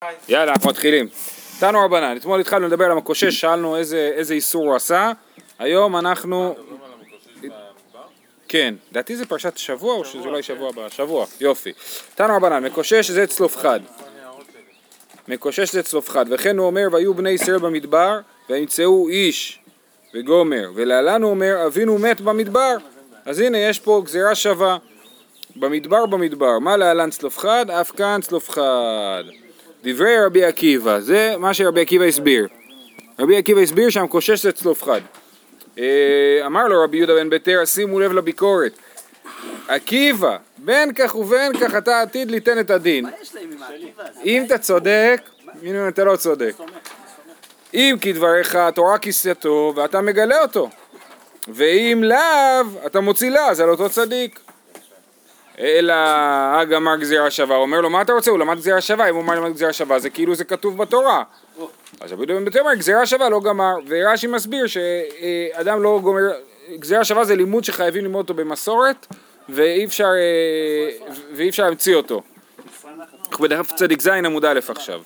יאללה, אנחנו מתחילים. תנו רבנן, אתמול התחלנו לדבר על המקושש, שאלנו איזה איסור הוא עשה. היום אנחנו... כן, דעתי זה פרשת שבוע או שזה אולי שבוע הבא? שבוע, יופי. תנו רבנן, מקושש זה צלופחד. מקושש זה צלופחד, וכן הוא אומר, והיו בני ישראל במדבר, וימצאו איש וגומר, ולהלן הוא אומר, אבינו מת במדבר. אז הנה, יש פה גזירה שווה. במדבר, מה להלן צלופחד? אף כאן צלופחד. דברי רבי עקיבא, זה מה שרבי עקיבא הסביר. רבי עקיבא הסביר שהמקושש זה צלופחד. אמר לו רבי יהודה בן ביתר, שימו לב לביקורת. עקיבא, בין כך ובין כך אתה עתיד ליתן את הדין. אם אתה צודק, הנה אתה לא צודק. אם כדבריך התורה כיסייתו ואתה מגלה אותו. ואם לאו, אתה מוציא לה, אז על אותו צדיק. אלא הגמר גזירה שווה, הוא אומר לו מה אתה רוצה? הוא למד גזירה שווה, אם הוא אומר למד גזירה שווה זה כאילו זה כתוב בתורה. אז רבי יהודה בן ביתר אומר גזירה שווה לא גמר, ורש"י מסביר שאדם לא גומר, גזירה שווה זה לימוד שחייבים ללמוד אותו במסורת ואי אפשר להמציא אותו. אנחנו בדף צדיק זין עמוד א' עכשיו.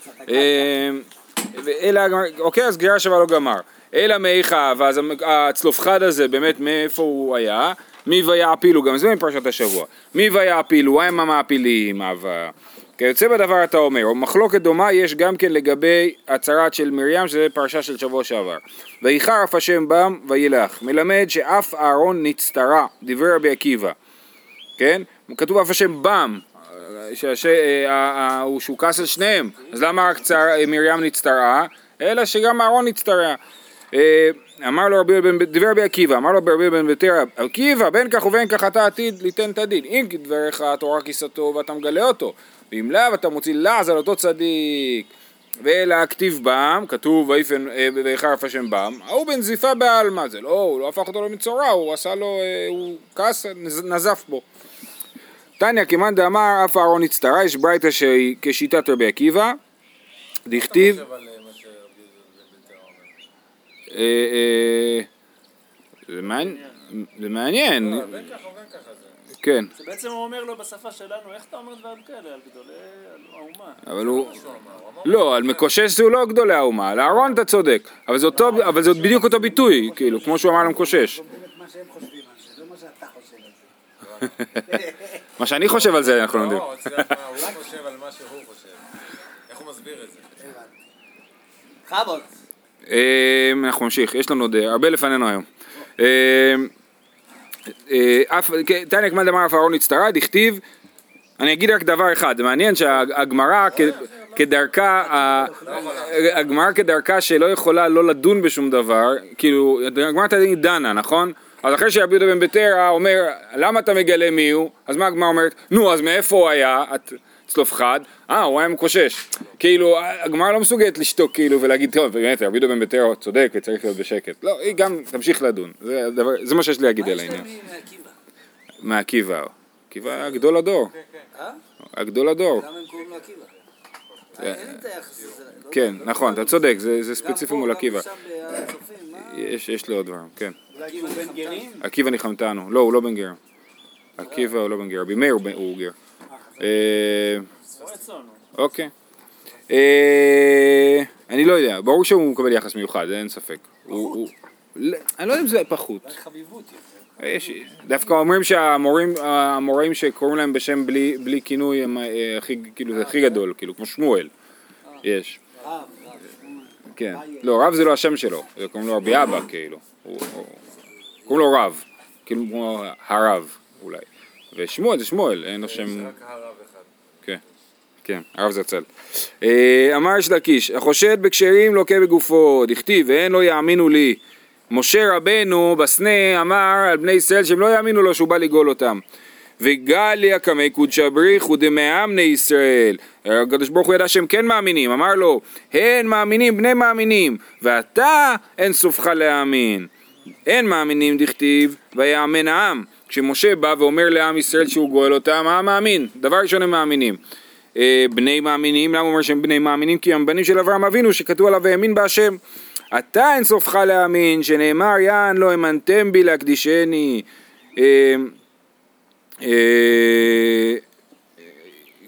אוקיי, אז גזירה שווה לא גמר. אלא מאיכה, ואז הצלופחד הזה באמת מאיפה הוא היה? מי ויעפילו, גם זה מפרשת השבוע. מי ויעפילו, הם המעפילים, אבל... כיוצא בדבר אתה אומר, או מחלוקת דומה יש גם כן לגבי הצהרת של מרים, שזה פרשה של שבוע שעבר. ויחר אף השם בם וילך, מלמד שאף אהרון נצטרה, דברי רבי עקיבא. כן? כתוב אף השם בם, שהוא כעס על שניהם, אז למה רק מרים נצטרה? אלא שגם אהרון נצטרה. אמר לו דבר רבי עקיבא, אמר לו רבי בן ביתר, עקיבא בין כך ובין כך אתה עתיד ליתן את הדין, אם כדבריך התורה כיסתו ואתה מגלה אותו, ואם לאו אתה מוציא לעז על אותו צדיק. ואלא הכתיב בם, כתוב ויחר אף השם בם, הוא בנזיפה בעלמא, זה לא, הוא לא הפך אותו למצורע, הוא עשה לו, הוא כעס, נזף בו. תניא כמאן דאמר אף אהרון נצטרה, יש ברייתא כשיטת רבי עקיבא, דכתיב זה מעניין. כן. זה בעצם הוא אומר לו בשפה שלנו, איך אתה אומר דברים כאלה על גדולי האומה? אבל הוא... לא, על מקושש הוא לא גדולי האומה, על אהרון אתה צודק, אבל זה בדיוק אותו ביטוי, כאילו, כמו שהוא אמר למקושש. מה שהם חושבים על זה, לא מה שאתה חושב על זה. מה שאני חושב על זה, אנחנו לא יודעים. הוא חושב על מה שהוא חושב. איך הוא מסביר את זה? חבוד. אנחנו נמשיך, יש לנו עוד הרבה לפנינו היום. תניא כמאן דאמר אף אהרון נצטרה, דכתיב, אני אגיד רק דבר אחד, זה מעניין שהגמרא כדרכה שלא יכולה לא לדון בשום דבר, כאילו, הגמרא תדעי דנה, נכון? אז אחרי שרבי יהודה בן ביתר אומר, למה אתה מגלה מי הוא? אז מה הגמרא אומרת? נו, אז מאיפה הוא היה? צלופחד, הוא היה מקושש. כאילו, הגמרא לא מסוגלת לשתוק כאילו ולהגיד, טוב, באמת, רבי יהודה בן ביתר צודק, צריך להיות בשקט. לא, היא גם תמשיך לדון. זה מה שיש לי להגיד על העניין. מה יש להם מעקיבא? מעקיבא. עקיבא היה גדול הדור. הגדול הדור. למה הם קוראים לו עקיבא? אין את היחס הזה. כן, נכון, אתה צודק, זה ספציפי מול עקיבא. יש לי עוד דברים, כן. אולי הוא בן גרים? עקיבא ניחמתנו. לא, הוא לא בן גר. עקיבא הוא לא בן גר. רבי מאיר הוא גר. אוקיי. אני לא יודע, ברור שהוא מקבל יחס מיוחד, אין ספק. אני לא יודע אם זה פחות. דווקא אומרים שהמורים שקוראים להם בשם בלי כינוי הם הכי גדול, כאילו כמו שמואל. יש. כן. לא, רב זה לא השם שלו, קוראים לו רבי אבא, כאילו. קוראים לו רב, כאילו כמו הרב אולי. ושמואל זה שמואל, אין לו שם... זה רק הרב אחד. כן, כן, הרב זצ"ל. אמר יש לקיש, החושד בכשרים לוקה בגופו, דכתיב, ואין לא יאמינו לי. משה רבנו בסנה אמר על בני ישראל שהם לא יאמינו לו שהוא בא לגאול אותם. וגליה קמי קודשא בריחו דמאה בני ישראל. הקדוש ברוך הוא ידע שהם כן מאמינים, אמר לו, הן מאמינים, בני מאמינים, ואתה אין סופך להאמין. אין מאמינים דכתיב, ויאמן העם. כשמשה בא ואומר לעם ישראל שהוא גואל אותם, העם מאמין, דבר ראשון הם מאמינים. בני מאמינים, למה הוא אומר שהם בני מאמינים? כי הם בנים של אברהם אבינו שכתוב עליו והאמין בהשם. אתה אין סופך להאמין, שנאמר יען לא האמנתם בי להקדישני.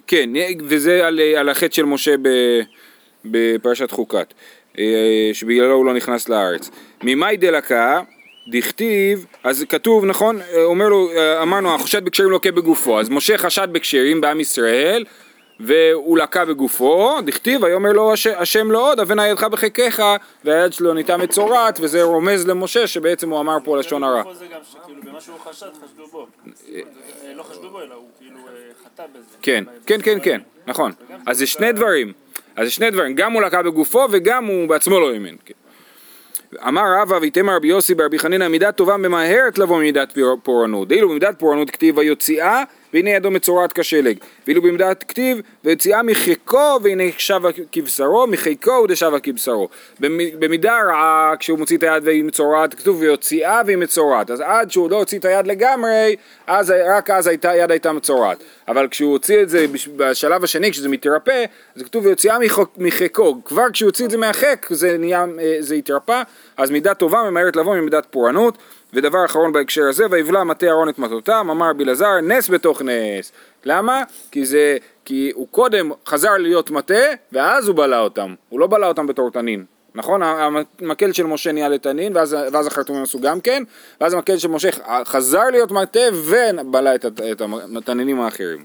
כן, וזה על החטא של משה בפרשת חוקת, שבגללו הוא לא נכנס לארץ. ממאי דלקה, דכתיב, אז כתוב, נכון, אומר לו, אמרנו, החושד בכשרים לוקה בגופו, אז משה חשד בכשרים בעם ישראל, והוא לקה בגופו, דכתיב, ויאמר לו השם לא עוד, אבן ידך בחיקך, והיד שלו נהייתה מצורעת, וזה רומז למשה שבעצם הוא אמר פה לשון הרע. זה גם שכאילו במה שהוא חשד חשדו בו, לא חשדו בו אלא הוא כאילו חטא בזה. כן, נכון. אז זה שני דברים, גם הוא לקה בגופו וגם הוא בעצמו לא האמין. אמר רבא ויתמר רבי יוסי ברבי חנינא מידת טובה ממהרת לבוא ממידת פורענות. דאילו במידת פורענות כתיב ויוציאה והנה ידו מצורעת כשלג, ואילו במידת כתיב ויוציאה מחיקו והנה שבה כבשרו, מחיקו ודשבה כבשרו. במידה רעה כשהוא מוציא את היד והיא מצורעת כתוב ויוציאה והיא מצורעת, אז עד שהוא לא הוציא את היד לגמרי רק אז היד הייתה מצורעת, אבל כשהוא הוציא את זה בשלב השני כשזה מתרפא אז כתוב ויוציאה מחיקו, כבר כשהוא הוציא את זה מהחק זה התרפא. אז מידת טובה ממהרת לבוא ממידת פורענות. ודבר אחרון בהקשר הזה, ויבלע מטה אהרון את מטותם, אמר רבי אלעזר, נס בתוך נס. למה? כי הוא קודם חזר להיות מטה, ואז הוא בלע אותם. הוא לא בלע אותם בתור תנין. נכון? המקל של משה נהיה לתנין, ואז החרטומים עשו גם כן, ואז המקל של משה חזר להיות מטה, ובלע את התנינים האחרים.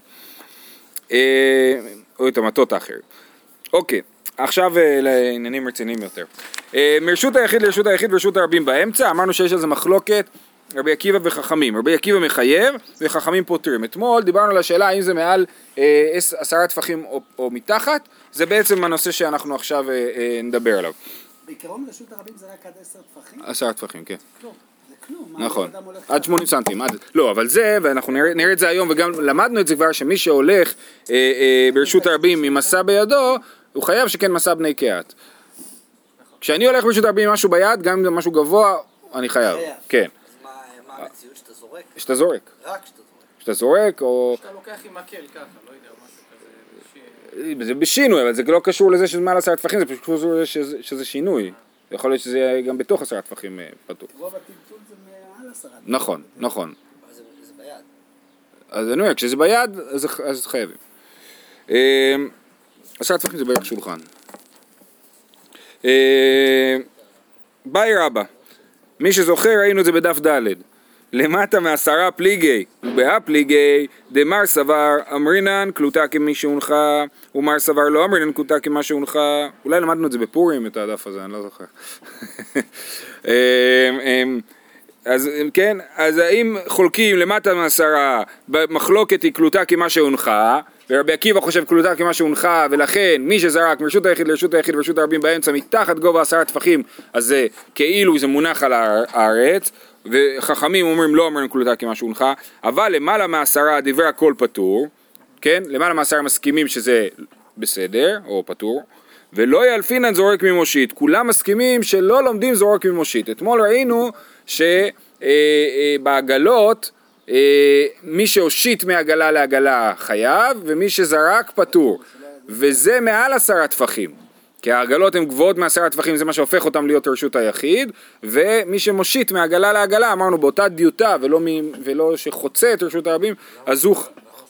או את המטות האחרים. אוקיי. עכשיו לעניינים רציניים יותר. מרשות היחיד לרשות היחיד ורשות הרבים באמצע, אמרנו שיש על זה מחלוקת רבי עקיבא וחכמים. רבי עקיבא מחייב וחכמים פותרים. אתמול דיברנו על השאלה האם זה מעל 10 טפחים או מתחת, זה בעצם הנושא שאנחנו עכשיו נדבר עליו. בעיקרון רשות הרבים זה רק עד 10 טפחים? 10 טפחים, כן. כלום, זה כלום. נכון, עד 80 סנטים. לא, אבל זה, ואנחנו נראה את זה היום, וגם למדנו את זה כבר, שמי שהולך ברשות הרבים עם מסע בידו, הוא חייב שכן מסע בני קהת. כשאני הולך ברשות הרבים עם משהו ביד, גם אם זה משהו גבוה, אני חייב. כן. אז מה המציאות שאתה זורק? שאתה זורק. רק שאתה זורק. שאתה זורק, או... שאתה לוקח עם מקל ככה, לא יודע, משהו כזה. זה בשינוי, אבל זה לא קשור לזה שזה מעל 10 טפחים, זה פשוט קשור לזה שזה שינוי. יכול להיות שזה יהיה גם בתוך 10 טפחים פתוח. רוב הטלטול זה מעל 10 טפחים. נכון. זה ביד. אז אני אומר, כשזה ביד, אז חייבים. 10 טפחים זה בערך שולחן. ביי רבא, מי שזוכר ראינו את זה בדף ד' למטה מ10 פליגי ובאה פליגי דמר סבר אמרינן קלוטה כמי שהונחה ומר סבר לא אמרינן קלוטה כמה שהונחה. אולי למדנו את זה בפורים את הדף הזה, אני לא זוכר. אז כן, אז האם חולקים למטה מ10 במחלוקת היא קלוטה כמה שהונחה, ורבי עקיבא חושב קלוטה כמה שהונחה, ולכן מי שזרק מרשות היחיד לרשות היחיד ורשות הרבים באמצע מתחת גובה 10 טפחים, אז זה כאילו זה מונח על הארץ, וחכמים אומרים לא אומרים קלוטה כמה שהונחה, אבל למעלה מ10 דברי הכל פטור, כן? למעלה מ10 מסכימים שזה בסדר או פטור, ולא ילפינן זורק ממושית, כולם מסכימים שלא לומדים זורק ממושית. אתמול ראינו שבעגלות מי שהושיט מעגלה לעגלה חייב, ומי שזרק פטור, וזה מעל 10 טפחים, כי העגלות הן גבוהות מ10 טפחים, זה מה שהופך אותם להיות רשות היחיד, ומי שמושיט מעגלה לעגלה, אמרנו באותה דיוטה, ולא שחוצה את רשות הרבים, אז הוא...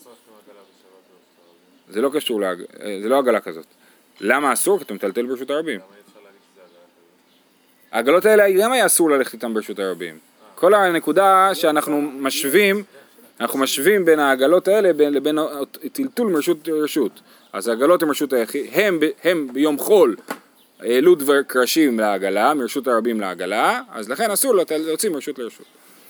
זה לא קשור, זה לא עגלה כזאת. למה אסור? כי אתה מטלטל ברשות הרבים. העגלות האלה גם היה אסור ללכת איתם ברשות הרבים. כל הנקודה שאנחנו משווים בין העגלות האלה לבין טלטול מרשות לרשות. אז העגלות הן רשות היחיד, הם ביום חול העלו דבר קרשים לעגלה, מרשות הרבים לעגלה, אז לכן אסור להוציא מרשות לרשות.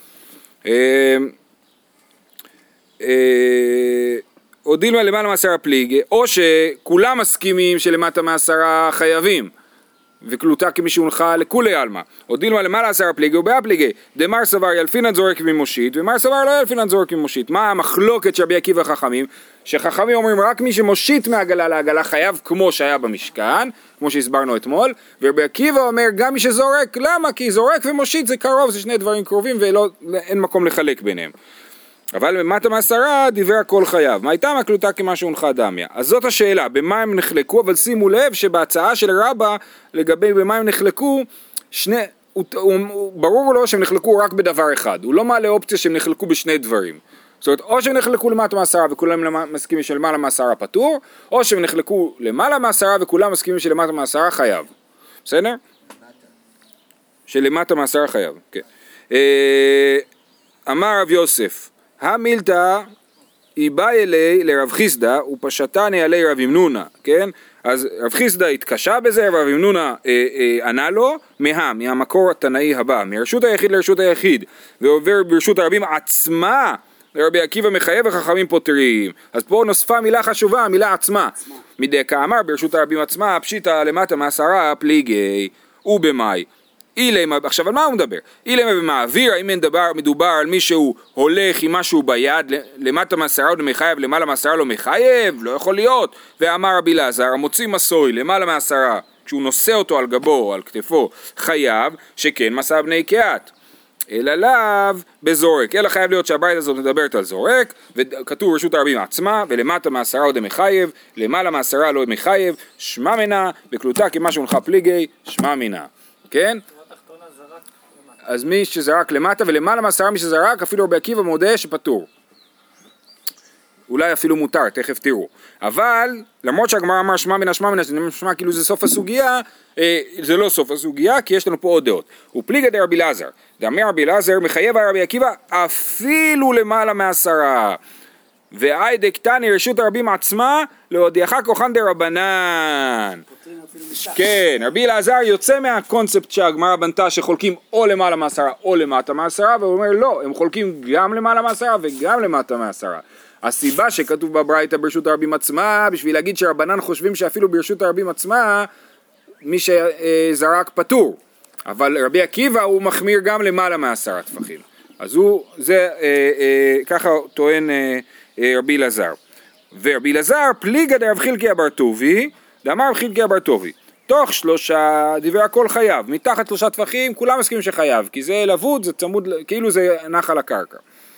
או דילמה למעלה מ10 פליגי, או שכולם מסכימים שלמטה מ10 חייבים, וקלוטה כמי שהונחה לכולי עלמא. או דילמה למעלה 10 פליגי ובאה פליגי, דמר סבר ילפינן זורק ממושית, ומר סבר לא ילפינן זורק ממושית. מה המחלוקת של רבי עקיבא וחכמים? שחכמים אומרים רק מי שמושיט מעגלה לעגלה חייב כמו שהיה במשכן, כמו שהסברנו אתמול, ורבי עקיבא אומר גם מי שזורק, למה? כי זורק ומושיט זה קרוב, זה שני דברים קרובים ואין מקום לחלק ביניהם. אבל במטה מ10 דיבר הכל חייב. מה הייתה מהקלוטה כמה שהונחה דמיה? אז זאת השאלה, במה הם נחלקו, אבל שימו לב שבהצעה של רבא לגבי במה הם נחלקו, ברור לו שהם נחלקו רק בדבר אחד, הוא לא מעלה אופציה שהם נחלקו בשני דברים. זאת אומרת, או שהם נחלקו למטה מעשרה וכולם מסכימים שלמעלה מעשרה פטור, או שהם נחלקו למעלה מעשרה וכולם מסכימים שלמטה מעשרה חייב. בסדר? שלמטה מעשרה חייב, כן. אמר רב יוסף, המילתא היא באה אלי לרב חיסדא ופשטני עלי רב ימנונה, כן? אז רב חיסדא התקשה בזה, רב ימנונה ענה לו מהמקור התנאי הבא, מרשות היחיד לרשות היחיד, ועובר ברשות הרבים עצמה, לרבי עקיבא מחייב וחכמים פותרים. אז פה נוספה מילה חשובה, המילה עצמה. מדקה אמר ברשות הרבים עצמה, פשיטא למטה מעשרה פליגי ובמאי. עכשיו על מה הוא מדבר? אילמה במעביר, האם מדובר על מישהו הולך עם משהו ביד, למטה מעשרה הוא מחייב, למעלה מעשרה לא מחייב? לא יכול להיות. ואמר רבי אלעזר, המוציא מסוי למעלה מעשרה, כשהוא נושא אותו על גבו, על כתפו, חייב, שכן מסע בני קהת. אלא לאו בזורק, אלא חייב להיות שהברייתא הזאת מדברת על זורק, וכתוב רשות הרבים עצמה, ולמטה מעשרה עוד מחייב, למעלה מעשרה לא מחייב, שמע מנה, בקלותה כמה שהונחה פליגי, שמע מנה. כן? אז מי שזרק למטה ולמעלה מעשרה מי שזרק, אפילו רבי עקיבא מודה שפטור. אולי אפילו מותר, תכף תראו. אבל, למרות שהגמרא אמר שמע מנה, זה נשמע כאילו זה סוף הסוגיה, זה לא סוף הסוגיה, כי יש לנו פה עוד דעות. ופליגא דרבי אלעזר, דאמר רבי אלעזר, מחייב רבי עקיבא אפילו למעלה מעשרה. ואי דקתני רשות הרבים עצמה, להודיעך כוחן דרבנן. כן, רבי אלעזר יוצא מהקונספט שהגמרא בנתה שחולקים או למעלה מעשרה או למטה מעשרה, והוא אומר לא, הם חולקים גם למעלה מעשרה וגם למטה מעשרה. הסיבה שכתוב בברייתא ברשות הרבים עצמה, בשביל להגיד שרבנן חושבים שאפילו ברשות הרבים עצמה, מי שזרק פטור. אבל רבי עקיבא הוא מחמיר גם למעלה מעשרה טפחים. אז הוא, זה, ככה טוען רבי אלעזר. ורבי אלעזר פליגא דרב חילקי אבר טובי, דאמר רב חילקי אבר טובי, תוך 3 דברי הכל חייב, מתחת 3 טפחים כולם מסכימים שחייב, כי זה לבוד, זה צמוד, כאילו זה נח על הקרקע.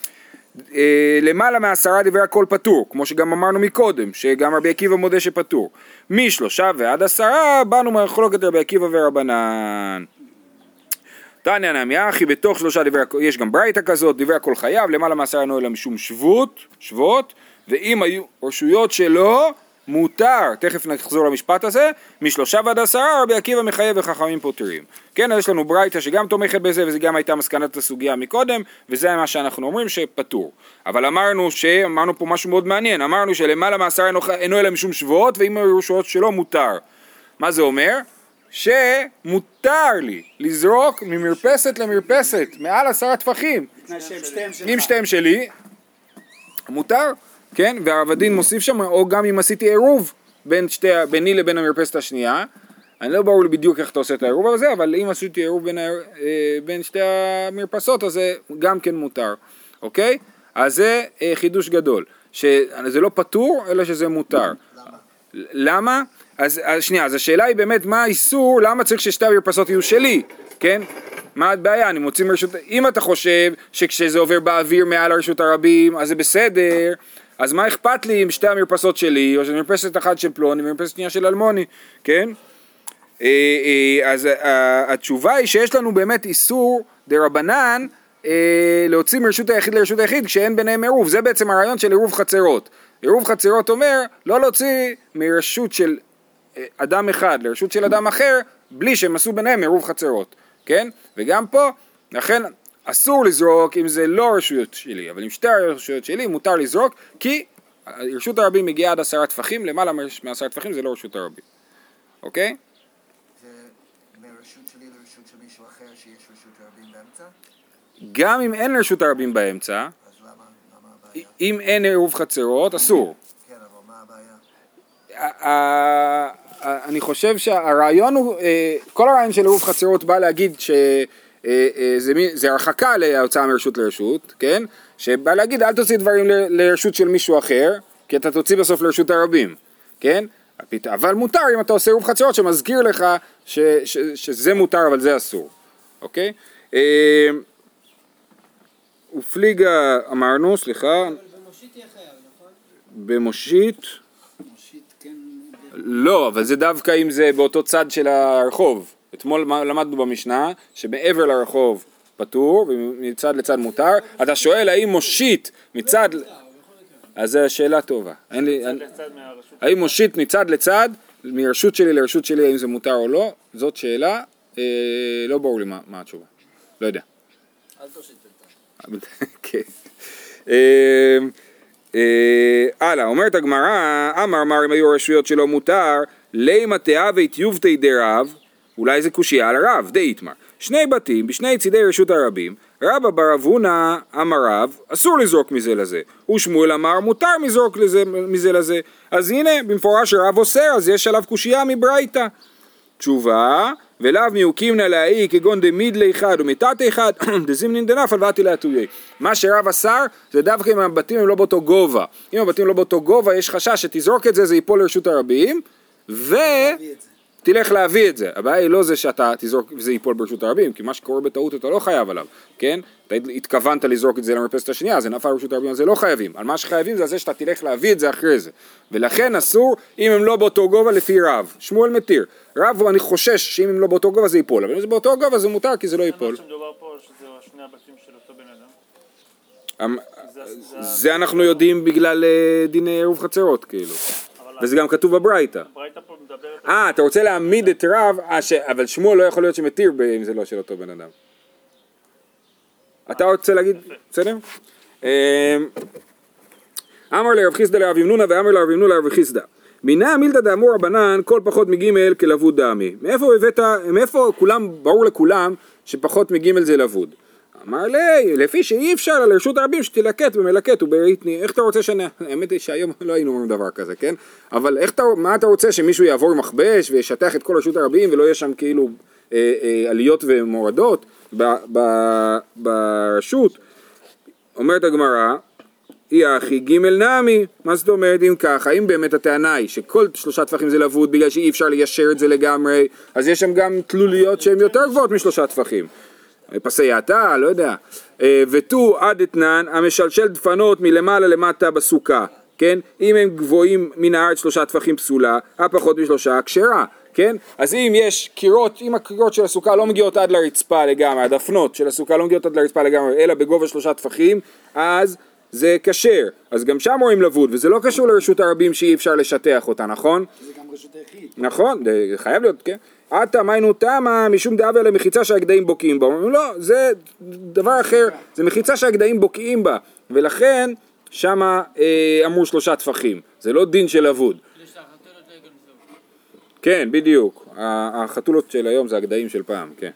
למעלה מעשרה דברי הכל פטור, כמו שגם אמרנו מקודם, שגם רבי עקיבא מודה שפטור. מ3 ועד 10 באנו מחלוקת רבי עקיבא ורבנן. תניא נמי אחי, בתוך 3 דברי הכל, יש גם ברייתא כזאת, דברי הכל חייב, למעלה מעשרה אינו אלא משום שבות, ואם היו רשויות שלו, מותר, תכף נחזור למשפט הזה, מ3 ועד 10 רבי עקיבא מחייב וחכמים פותרים. כן, אז יש לנו ברייתא שגם תומכת בזה, וזה גם הייתה מסקנת הסוגיה מקודם, וזה מה שאנחנו אומרים שפטור. אבל אמרנו פה משהו מאוד מעניין, אמרנו שלמעלה מעשרה אינו אלא משום שבות, ואם היו רשויות שלו מותר. מה זה אומר? שמותר לי לזרוק ממרפסת למרפסת, מעל 10 טפחים. אם שתיהם שלי, מותר. כן, והרבדין מוסיף שם, או גם אם עשיתי עירוב ביני לבין המרפסת השנייה, אני לא ברור לי בדיוק איך אתה עושה את העירוב הזה, אבל אם עשיתי עירוב בין שתי המרפסות, אז זה גם כן מותר, אוקיי? אז זה חידוש גדול, שזה לא פטור, אלא שזה מותר. למה? אז שנייה, אז השאלה היא באמת מה האיסור, למה צריך ששתי המרפסות יהיו שלי, כן? מה הבעיה? אני מוציא מרשות, אם אתה חושב שכשזה עובר באוויר מעל הרשות הרבים, אז זה בסדר, אז מה אכפת לי עם שתי המרפסות שלי, או מרפסת אחת של פלוני, מרפסת שנייה של אלמוני, כן? אז התשובה היא שיש לנו באמת איסור דרבנן להוציא מרשות היחיד לרשות היחיד כשאין ביניהם עירוב, זה בעצם הרעיון של עירוב חצרות. עירוב חצרות אומר לא להוציא מרשות של אדם אחד לרשות של אדם אחר, בלי שהם עשו ביניהם עירוב חצרות, כן? וגם פה, לכן אסור לזרוק אם זה לא רשויות שלי, אבל אם שתי הרשויות שלי מותר לזרוק, כי רשות הרבים מגיעה עד 10 טפחים, למעלה מ10 טפחים זה לא רשות הרבים, אוקיי? זה מרשות שלי לרשות של מישהו אחר שיש רשות הרבים באמצע? גם אם אין רשות הרבים באמצע, אז למה הבעיה? אם אין עירוב חצרות, אסור. כן, אבל מה הבעיה? אני חושב שהרעיון הוא, כל הרעיון של עירוב חצרות בא להגיד זה הרחקה להוצאה מרשות לרשות, כן? שבא להגיד אל תוציא דברים לרשות של מישהו אחר, כי אתה תוציא בסוף לרשות הרבים, כן? אבל מותר אם אתה עושה עירוב חצרות שמזכיר לך שזה מותר אבל זה אסור, אוקיי? ופליגה אמרנו, סליחה. אבל במושיט יהיה חייב, נכון? במושיט? מושיט, כן. לא, אבל זה דווקא אם זה באותו צד של הרחוב. אתמול למדנו במשנה שמעבר לרחוב פטור, ומצד לצד מותר. אתה שואל האם מושיט מצד... אז זו שאלה טובה. האם מושיט מצד לצד, מרשות שלי לרשות שלי, האם זה מותר או לא? זאת שאלה, לא ברור לי מה התשובה. לא יודע. אל תושיט כן. הלאה, אומרת הגמרא, אמר אם היו רשויות שלא מותר, לימה תאווה תיובתי דרב, אולי זה קושיה על הרב, די יתמר. שני בתים בשני צידי רשות הרבים, רבא בר רב הונא אמר רב, אסור לזרוק מזה לזה, ושמואל אמר מותר לזרוק מזה לזה, אז הנה במפורש רב אוסר, אז יש עליו קושיה מברייתא. תשובה, ולאו מיוקים נא להאי כגון דמידלי אחד ומתתי אחד, דזימנין דנפל ואתי להטויי. מה שרב אסר זה דווקא אם הבתים הם לא באותו גובה. אם הבתים לא באותו גובה יש חשש שתזרוק את זה, זה ייפול לרשות הרבים, תלך להביא את זה. הבעיה היא לא זה שאתה תזרוק וזה ייפול ברשות הרבים, כי מה שקורה בטעות אתה לא חייב עליו, כן? אתה התכוונת לזרוק את זה למרפסת השנייה, זה נפל ברשות הרבים, אז זה לא חייבים. על מה שחייבים זה שאתה תלך להביא את זה אחרי זה. ולכן אסור אם הם לא באותו גובה לפי רב. שמואל מתיר. רב אני חושש שאם הם לא באותו גובה זה ייפול, אבל אם זה באותו גובה זה מותר כי זה לא ייפול. שמדובר פה שזה שני הבתים של אותו בן אדם. זה אנחנו יודעים בגלל דיני עירוב חצרות כאילו. וזה גם כתוב בברייתא. הברייתא פה מדברת... אתה רוצה להעמיד את רב, אבל שמואל לא יכול להיות שמתיר אם זה לא של אותו בן אדם. אתה רוצה להגיד, בסדר? אמר לרב חיסדא לרב ימנונה ואמר לרב ימנונה לרב חיסדא. מינה מילתא דאמור רבנן כל פחות מגימל כלבוד דמי. מאיפה כולם, ברור לכולם שפחות מגימל זה לבוד. אמר לי, לפי שאי אפשר לרשות הרבים שתלקט במלקט ובריתני, איך אתה רוצה האמת היא שהיום לא היינו אומרים דבר כזה, כן? אבל מה אתה רוצה שמישהו יעבור עם מכבש וישטח את כל רשות הרבים ולא יהיה שם כאילו עליות ומורדות ברשות? אומרת הגמרא, היא אחי גימל נמי, מה זאת אומרת אם ככה, אם באמת הטענה היא שכל 3 טפחים זה לבוד בגלל שאי אפשר ליישר את זה לגמרי, אז יש שם גם תלוליות שהן יותר גבוהות מ3 טפחים. פסי יעתה, לא יודע. ותו עד אתנן, המשלשל דפנות מלמעלה למטה בסוכה, כן? אם הם גבוהים מן הארץ 3 טפחים פסולה, הפחות מ3 כשרה, כן? אז אם יש קירות, אם הקירות של הסוכה לא מגיעות עד לרצפה לגמרי, הדפנות של הסוכה לא מגיעות עד לרצפה לגמרי, אלא בגובה 3 טפחים, אז זה כשר. אז גם שם רואים לבוד, וזה לא קשור לרשות הרבים שאי אפשר לשטח אותה, נכון? זה גם רשות היחיד. נכון, זה חייב להיות, כן? עתה מיינו תמה משום דאבה למחיצה שהגדיים בוקעים בה. אומרים לא, זה דבר אחר, זה מחיצה שהגדיים בוקעים בה, ולכן שמה אמרו 3 טפחים, זה לא דין של אבוד. כן, בדיוק, החתולות של היום זה הגדיים של פעם, כן.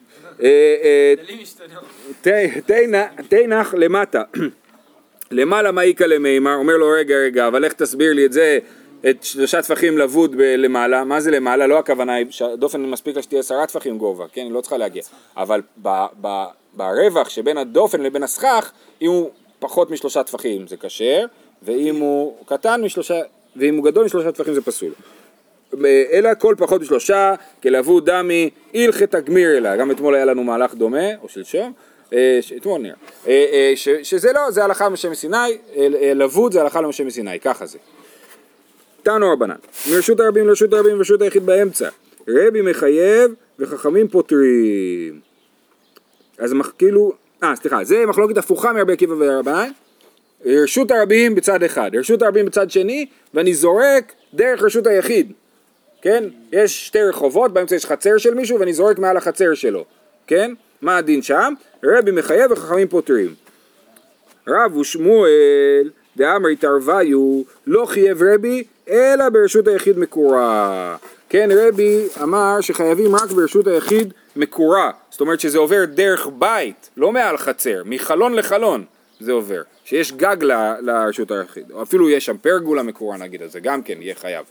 תנח למטה, למעלה מאיקה למימר, אומר לו רגע, אבל איך תסביר לי את זה, את 3 טפחים לבוד למעלה, מה זה למעלה? לא הכוונה היא, דופן מספיק לה שתהיה 10 טפחים גובה, כן, היא לא צריכה להגיע, אבל ברווח שבין הדופן לבין הסכך, אם הוא פחות מ3 טפחים זה כשר, ואם הוא קטן ואם הוא גדול מ3 טפחים זה פסול. אלא כל פחות מ3, כלבוד דמי, הלכת הגמיר אלא, גם אתמול היה לנו מהלך דומה, או שלשום, אתמול נראה, שזה לא, זה הלכה למשה מסיני, לבוד זה הלכה למשה מסיני, ככה זה. תנו רבנן, מרשות הרבים לרשות הרבים ורשות היחיד באמצע, רבי מחייב וחכמים פותרים. אז כאילו, סליחה, זה מחלוקת הפוכה מרבי עקיבא ורבנן, רשות הרבים בצד אחד, רשות הרבים בצד שני, ואני זורק דרך רשות היחיד, כן? יש 2 רחובות, באמצע יש חצר של מישהו ואני זורק מעל החצר שלו, כן? מה הדין שם? רבי מחייב וחכמים פותרים. רב ושמואל דאמר התערוויו לא חייב רבי אלא ברשות היחיד מקורה. כן, רבי אמר שחייבים רק ברשות היחיד מקורה, זאת אומרת שזה עובר דרך בית, לא מעל חצר, מחלון לחלון זה עובר, שיש גג לרשות היחיד, או אפילו יש שם פרגולה מקורה נגיד, אז זה גם כן יהיה חייב.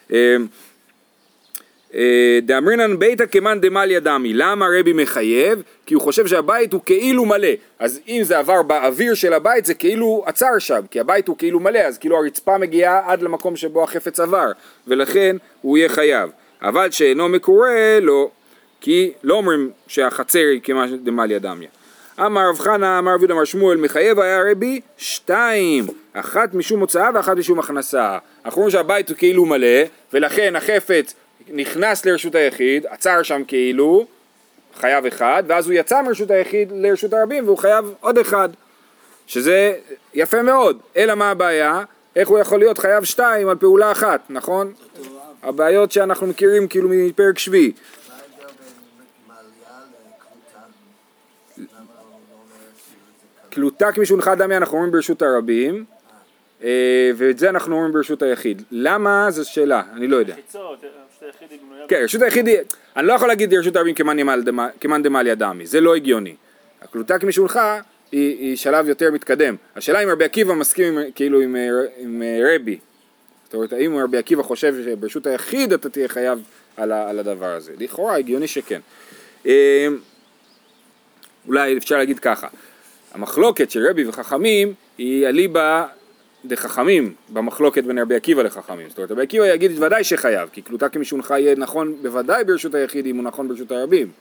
דאמרינן ביתה כמן דמליה דמי, למה רבי מחייב? כי הוא חושב שהבית הוא כאילו מלא, אז אם זה עבר באוויר של הבית זה כאילו עצר שם, כי הבית הוא כאילו מלא, אז כאילו הרצפה מגיעה עד למקום שבו החפץ עבר, ולכן הוא יהיה חייב. אבל שאינו מקורה לא, כי לא אומרים שהחצר היא כמן דמליה דמיה. אמר רב חנא, אמר רבי אמר שמואל, מחייב היה רבי 2, אחת משום הוצאה ואחת משום הכנסה. אנחנו אומרים שהבית הוא כאילו מלא, ולכן החפץ נכנס לרשות היחיד, עצר שם כאילו, חייב אחד, ואז הוא יצא מרשות היחיד לרשות הרבים והוא חייב עוד אחד, שזה יפה מאוד. אלא מה הבעיה? איך הוא יכול להיות חייב 2 על פעולה אחת, נכון? הבעיות שאנחנו מכירים כאילו מפרק שביעי. מה ההבדל בין מעלייה לקלוטה? למה הוא לא אומר שזה קלוטה כמשונך דמי אנחנו אומרים ברשות הרבים, ואת זה אנחנו אומרים ברשות היחיד. למה? זו שאלה, אני לא יודע. חיצות, רשות היחיד היא בנויה... כן, רשות היחיד היא, אני לא יכול להגיד רשות הרבים כמאן דמליה דמי, זה לא הגיוני. הקלוטה כמשונך היא שלב יותר מתקדם. השאלה אם רבי עקיבא מסכים כאילו עם רבי. זאת אומרת, האם רבי עקיבא חושב שברשות היחיד אתה תהיה חייב על הדבר הזה. לכאורה, הגיוני שכן. אולי אפשר להגיד ככה, המחלוקת של רבי וחכמים היא אליבא דחכמים במחלוקת בין רבי עקיבא לחכמים. זאת אומרת, רבי עקיבא יגיד ודאי שחייב, כי קלוטה כמשונך יהיה נכון בוודאי ברשות היחיד אם הוא נכון ברשות הרבים.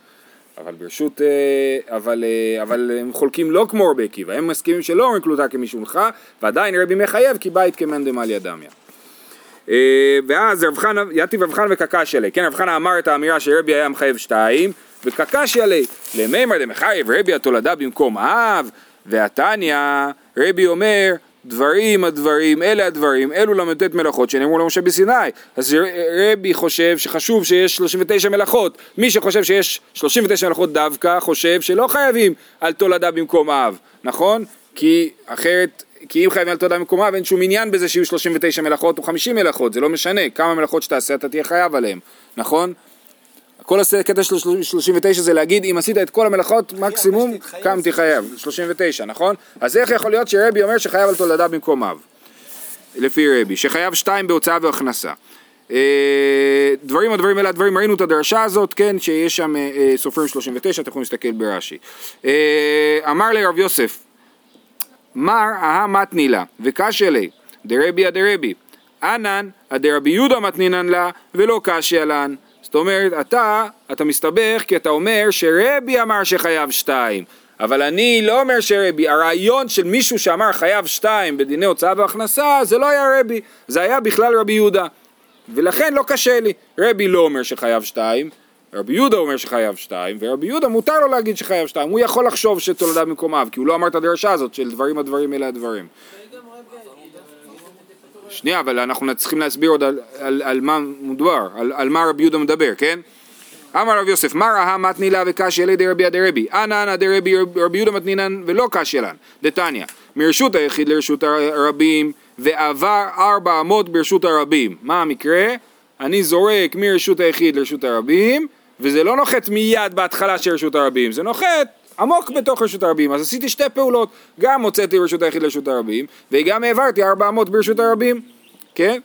אבל הם חולקים לא כמו רבי עקיבא, הם מסכימים שלא אומרים קלוטה כמשונך, ועדיין רבי מחייב כי בית כמאן דמליה דמיה. ואז יתיב רב חנא וקקש עלי, כן, רב חנא אמר את האמירה שרבי היה מחייב 2, וקקש עלי, למימר דמחייב רבי התולדה במקום אב, והתניא רבי אומר הדברים, אלה הדברים, אלו למ"ט מלאכות שנאמרו למשה בסיני. אז רבי חושב שחשוב שיש 39 מלאכות, מי שחושב שיש 39 מלאכות דווקא חושב שלא חייבים על תולדה במקום אב, נכון? כי אם חייבים על תולדה במקום אב אין שום עניין בזה שיהיו 39 מלאכות או 50 מלאכות, זה לא משנה, כמה מלאכות שתעשה אתה תהיה חייב עליהם, נכון? כל הקטע של 39 זה להגיד אם עשית את כל המלאכות מקסימום כמה תחייב, 39, נכון? אז איך יכול להיות שרבי אומר שחייב על תולדה במקום אב? לפי רבי, שחייב 2 בהוצאה והכנסה. הדברים אלה הדברים, ראינו את הדרשה הזאת, כן, שיש שם סופרים 39, אתם יכולים להסתכל ברש"י. אמר לי רב יוסף, מר מתני לה וקשיא לי דרבי דרבי אנן דרבי יהודה מתנינן לה ולא קשיא לן. זאת אומרת, אתה מסתבך כי אתה אומר שרבי אמר שחייב 2, אבל אני לא אומר שרבי, הרעיון של מישהו שאמר חייב 2 בדיני הוצאה והכנסה, זה לא היה רבי, זה היה בכלל רבי יהודה, ולכן לא קשה לי. רבי לא אומר שחייב 2, רבי יהודה אומר שחייב 2, ורבי יהודה מותר לו להגיד שחייב 2, הוא יכול לחשוב שתולדה במקומיו, כי הוא לא אמר את הדרשה הזאת של הדברים אלה הדברים. שנייה, אבל אנחנו צריכים להסביר עוד על מה מדובר, על מה רבי יהודה מדבר, כן? אמר רב יוסף, מר מתני לה וקשיא לי דרבי דרבי אנן דרבי רבי יהודה מתנינן ולא קשיא לן. דתניא, מרשות היחיד לרשות הרבים ועבר 4 אמות ברשות הרבים. מה המקרה? אני זורק מרשות היחיד לרשות הרבים, וזה לא נוחת מיד בהתחלה של רשות הרבים, זה נוחת עמוק בתוך רשות הרבים. אז עשיתי 2 פעולות, גם הוצאתי רשות היחיד לרשות הרבים, וגם העברתי 4 אמות ברשות הרבים, כן?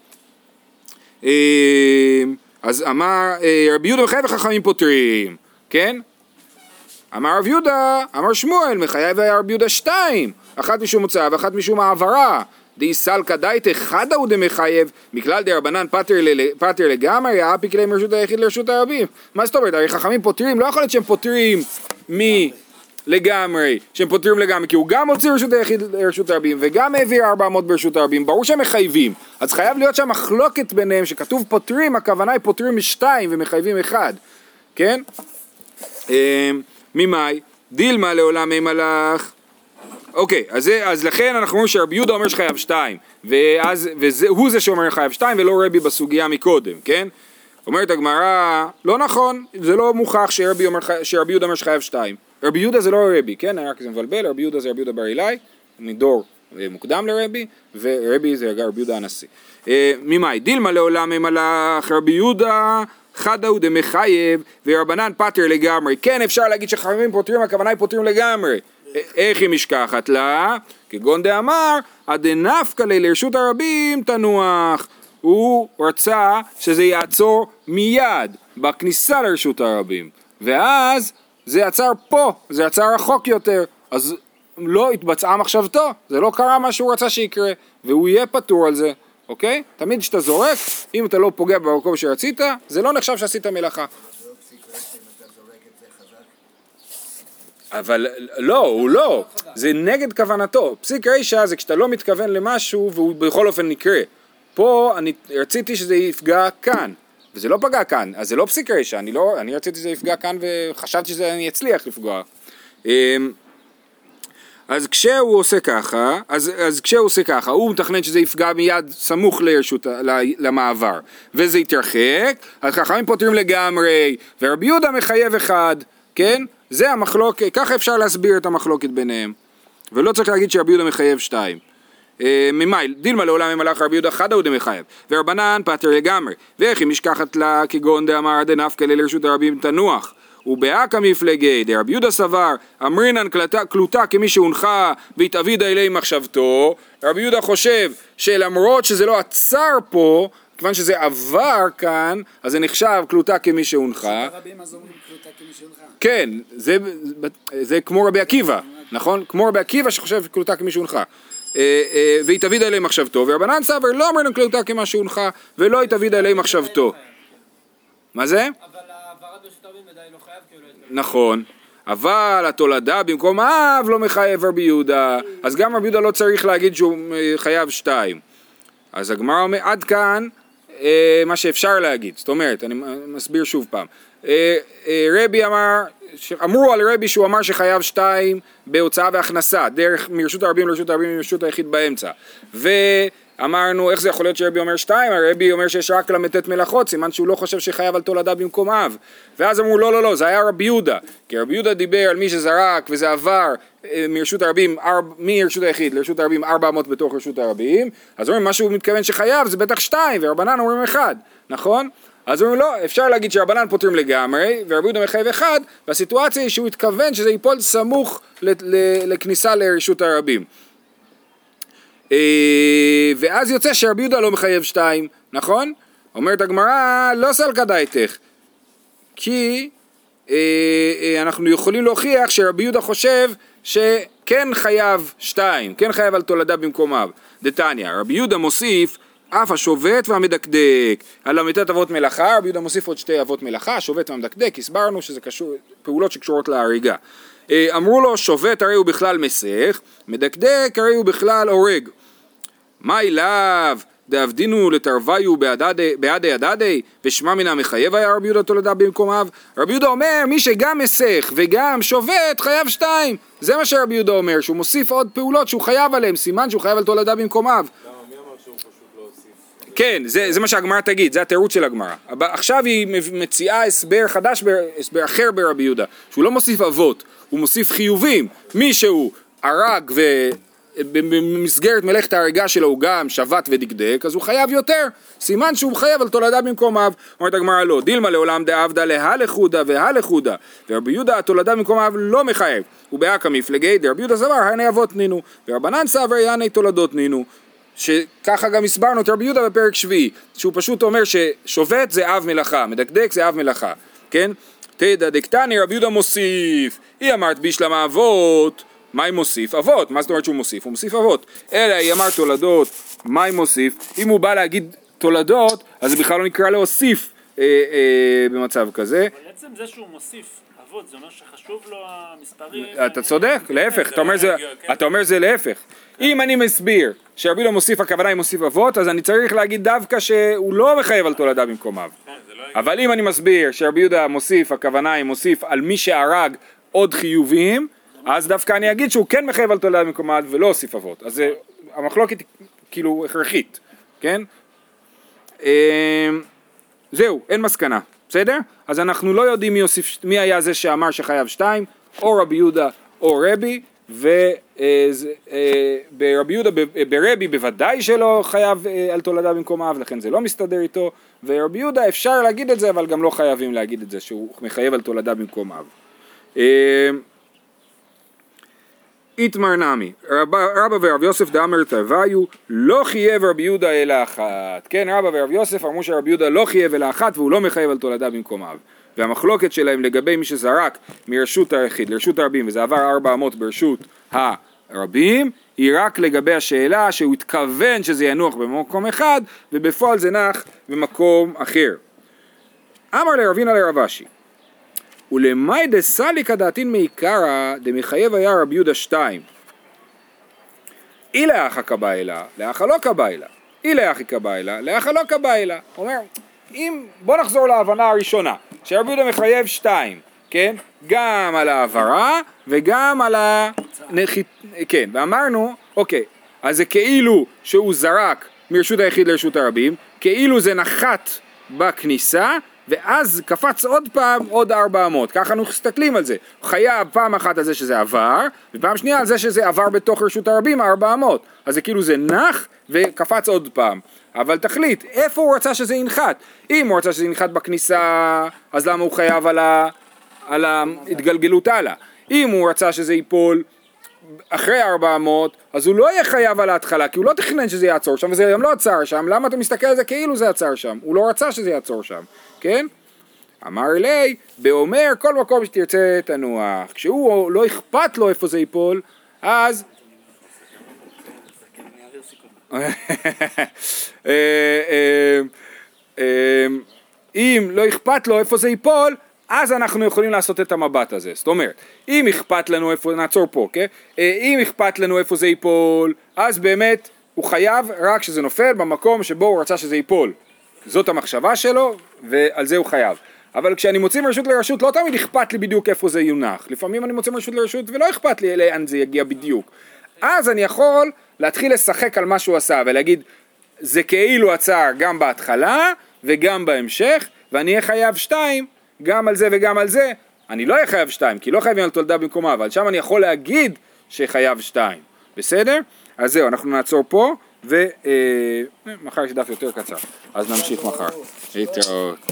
אז אמר רבי יהודה מחייב וחכמים פותרים, כן? אמר רב יהודה, אמר שמואל, מחייב היה רבי יהודה 2, אחת משום מוצאה ואחת משום העברה. די סלקא דייתא חדא הוא דמחייב, מכלל דרבנן פטר לגמרי, האפיק להם רשות היחיד לרשות הרבים. מה זאת אומרת? הרי חכמים פותרים, לא יכול להיות שהם פותרים לגמרי, שהם פותרים לגמרי, כי הוא גם הוציא רשות היחיד לרשות הרבים, וגם העביר 400 ברשות הרבים, ברור שהם מחייבים. אז חייב להיות שם מחלוקת ביניהם, שכתוב פותרים, הכוונה היא פותרים 2 ומחייבים 1, כן? ממאי, דילמה לעולם מי מלאך. אוקיי, אז לכן אנחנו אומרים שרבי יהודה אומר שחייב 2, והוא זה שאומר חייב 2 ולא רבי בסוגיה מקודם, כן? אומרת הגמרא, לא נכון, זה לא מוכח שרבי יהודה אומר שחייב 2. רבי יהודה זה לא רבי, כן? רק זה מבלבל, רבי יהודה זה רבי יהודה בר אילאי, מדור מוקדם לרבי, ורבי זה רבי יהודה הנשיא. ממאי, דילמה לעולם מי מלאך, רבי יהודה חדא הוא דמחייב ורבנן פטר לגמרי. כן, אפשר להגיד שחכמים פותרים, הכוונה היא פותרים לגמרי. איך היא משכחת לה? כגון דאמר, הדנפקא לי לרשות הרבים תנוח. הוא רצה שזה יעצור מיד בכניסה לרשות הרבים, ואז זה עצר פה, זה עצר רחוק יותר, אז לא התבצעה מחשבתו, זה לא קרה מה שהוא רצה שיקרה, והוא יהיה פטור על זה, אוקיי? תמיד שאתה זורק, אם אתה לא פוגע במקום שרצית, זה לא נחשב שעשית מלאכה. אבל לא, הוא לא, זה נגד כוונתו. פסיק רישא זה כשאתה לא מתכוון למשהו והוא בכל אופן נקרה. פה אני רציתי שזה יפגע כאן, וזה לא פגע כאן, אז זה לא פסיק רשע, אני רציתי שזה יפגע כאן וחשבתי שזה אני אצליח לפגוע. אז כשהוא עושה ככה, הוא מתכנן שזה יפגע מיד סמוך למעבר, וזה יתרחק, אז חכמים פותרים לגמרי, ורבי יהודה מחייב אחד, כן? זה המחלוקת, ככה אפשר להסביר את המחלוקת ביניהם, ולא צריך להגיד שרבי יהודה מחייב 2. ממאי, דילמה לעולם ממלאך רבי יהודה חדה הוא דמחייב, ורבנן פטר לגמרי, ואיך אם משכחת לה כגון דאמר דנפקא לרשות הרבים תנוח, ובאקא מפלגי דרבי יהודה סבר אמרינן קלוטה כמי שהונחה והתאבידה אלי מחשבתו. רבי יהודה חושב שלמרות שזה לא עצר פה, כיוון שזה עבר כאן, אז זה נחשב קלוטה כמי שהונחה. רבים אז אומרים קלוטה כמי שהונחה. כן, זה כמו רבי עקיבא, נכון? כמו רבי עקיבא שחושב קלוטה כמי שהונחה. והתאבידה אלי מחשבתו, ורבנן סבר לא אמרינן קלוטה כמי שהונחה ולא התאבידה אלי מחשבתו. מה זה? נכון, אבל התולדה במקום אב לא מחייב רבי יהודה, אז גם רבי יהודה לא צריך להגיד שהוא חייב 2. אז הגמרא אומר עד כאן מה שאפשר להגיד, זאת אומרת, אני מסביר שוב פעם, רבי אמרו על רבי שהוא אמר שחייב 2 בהוצאה והכנסה, דרך מרשות הרבים לרשות הרבים מרשות היחיד באמצע, אמרנו, איך זה יכול להיות שרבי אומר 2? הרבי אומר שיש רק למתת מלאכות, סימן שהוא לא חושב שחייב על תולדה במקום אב. ואז אמרו, לא, זה היה רבי יהודה. כי רבי יהודה דיבר על מי שזרק וזה עבר מרשות הרבים, מרשות היחיד לרשות הרבים 400 בתוך רשות הרבים. אז אומרים, מה שהוא מתכוון שחייב זה בטח 2, ורבנן אומרים 1, נכון? אז אומרים, לא, אפשר להגיד שרבנן פותרים לגמרי, ורבי יהודה מחייב 1, והסיטואציה היא שהוא התכוון שזה ייפול סמוך לכניסה לרשות הרבים. ואז יוצא שרבי יהודה לא מחייב 2, נכון? אומרת הגמרא, לא סלקא דייתך, כי אנחנו יכולים להוכיח שרבי יהודה חושב שכן חייב 2, כן חייב על תולדה במקום אב. דתניא, רבי יהודה מוסיף אף השובת והמדקדק, על המתת אבות מלאכה, רבי יהודה מוסיף עוד 2 אבות מלאכה, השובת והמדקדק, הסברנו שזה קשור, פעולות שקשורות להריגה. אמרו לו, שובת הרי הוא בכלל מסך, מדקדק הרי הוא בכלל הורג. מה אליו? דאבדינו לתרוויו בעדי הדדי, ושמע מן המחייב היה רבי יהודה תולדה במקום אב. רבי יהודה אומר, מי שגם מסך וגם שובת חייב 2. זה מה שרבי יהודה אומר, שהוא מוסיף עוד פעולות שהוא חייב עליהם, סימן שהוא חייב על תולדה במקום אב. מי אמר שהוא פשוט לא הוסיף? כן, זה מה שהגמרא תגיד, זה התירוץ של הגמרא. עכשיו היא מציעה הסבר חדש, הסבר אחר ברבי יהודה, שהוא לא מוסיף אבות, הוא מוסיף חיובים. מי שהוא הרג במסגרת מלאכת ההריגה שלו הוא גם שבת ודקדק, אז הוא חייב יותר, סימן שהוא חייב על תולדה במקום אב. אומרת הגמרא לא, דילמה לעולם דאבדה להלכודה והלכודה, ורבי יהודה התולדה במקום אב לא מחייב, ובאקא מפלגי דרבי יהודה סבר הני אבות נינו, ורבנן סבר הני תולדות נינו, שככה גם הסברנו את רבי יהודה בפרק 7, שהוא פשוט אומר ששובת זה אב מלאכה, מדקדק זה אב מלאכה, כן? תדע דקתני רבי יהודה מוסיף, היא אמרת בישלמה אבות, מה היא מוסיף? אבות. מה זאת אומרת שהוא מוסיף? הוא מוסיף אבות. אלא היא אמרת תולדות, מה היא מוסיף? אם הוא בא להגיד תולדות, אז זה בכלל לא נקרא להוסיף במצב כזה. אבל עצם זה שהוא מוסיף אבות, זה אומר שחשוב לו המספרים... אתה צודק, להפך. אתה אומר זה להפך. אם אני מסביר שרבי יהודה מוסיף, הכוונה היא מוסיף אבות, אז אני צריך להגיד דווקא שהוא לא מחייב על תולדה במקום אב. אבל אם אני מסביר שרבי יהודה מוסיף, הכוונה היא מוסיף על מי שהרג עוד חיובים, אז דווקא אני אגיד שהוא כן מחייב על תולדה במקום אב ולא הוסיף אבות. אז המחלוקת כאילו הכרחית, כן? זהו, אין מסקנה, בסדר? אז אנחנו לא יודעים מי היה זה שאמר שחייב 2, או רבי יהודה או רבי, וברבי יהודה, ברבי בוודאי שלא חייב על תולדה במקום אב, לכן זה לא מסתדר איתו, ורבי יהודה אפשר להגיד את זה, אבל גם לא חייבים להגיד את זה, שהוא מחייב על תולדה במקום אב. איתמר נמי, רבא ורב יוסף דאמר תרוויו, לא חייב רבי יהודה אלא אחת. כן, רבא ורב יוסף אמרו שרבי יהודה לא חייב אלא אחת, והוא לא מחייב על תולדה במקום אב. והמחלוקת שלהם לגבי מי שזרק מרשות היחיד לרשות הרבים, וזה עבר 400 ברשות הרבים, היא רק לגבי השאלה שהוא התכוון שזה ינוח במקום אחד, ובפועל זה נח במקום אחר. אמר לרבינה לרבשי, ולמאי דסליקא דעתין מעיקרא דמחייב היה רבי יהודה 2. אי לאחא קביילה, לאחא לא קביילה. אי לאחי קביילה, לאחא לא קביילה. אומר, בוא נחזור להבנה הראשונה, שרבי יהודה מחייב 2, כן? גם על העברה וגם על כן, ואמרנו, אוקיי, אז זה כאילו שהוא זרק מרשות היחיד לרשות הרבים, כאילו זה נחת בכניסה, ואז קפץ עוד פעם עוד 400, ככה אנחנו מסתכלים על זה, חייב פעם אחת על זה שזה עבר, ופעם שנייה על זה שזה עבר בתוך רשות הרבים 400, אז זה כאילו זה נח וקפץ עוד פעם, אבל תחליט, איפה הוא רצה שזה ינחת? אם הוא רצה שזה ינחת בכניסה, אז למה הוא חייב על ההתגלגלות הלאה? אם הוא רצה שזה ייפול אחרי 400, אז הוא לא יהיה חייב על ההתחלה, כי הוא לא תכנן שזה יעצור שם, וזה גם לא עצר שם, למה אתה מסתכל על זה כאילו זה עצר שם? הוא לא רצה שזה יעצור שם, כן? אמר לי, באומר כל מקום שתרצה תנוח, כשהוא לא אכפת לו איפה זה ייפול, אז אם לא אכפת לו איפה זה ייפול, אז אנחנו יכולים לעשות את המבט הזה. זאת אומרת, אם אכפת לנו איפה, נעצור פה, כן? אם אכפת לנו איפה זה ייפול, אז באמת הוא חייב רק שזה נופל במקום שבו הוא רצה שזה ייפול. זאת המחשבה שלו, ועל זה הוא חייב. אבל כשאני מוציא מרשות לרשות, לא תמיד אכפת לי בדיוק איפה זה יונח. לפעמים אני מוציא מרשות לרשות ולא אכפת לי לאן זה יגיע בדיוק. אז אני יכול להתחיל לשחק על מה שהוא עשה, ולהגיד, זה כאילו עצר גם בהתחלה וגם בהמשך, ואני אהיה חייב 2, גם על זה וגם על זה. אני לא אהיה חייב 2, כי לא חייבים על תולדה במקומה, אבל שם אני יכול להגיד שחייב 2. בסדר? אז זהו, אנחנו נעצור פה, ומחר יש דף יותר קצר. אז נמשיך מחר. להתראות.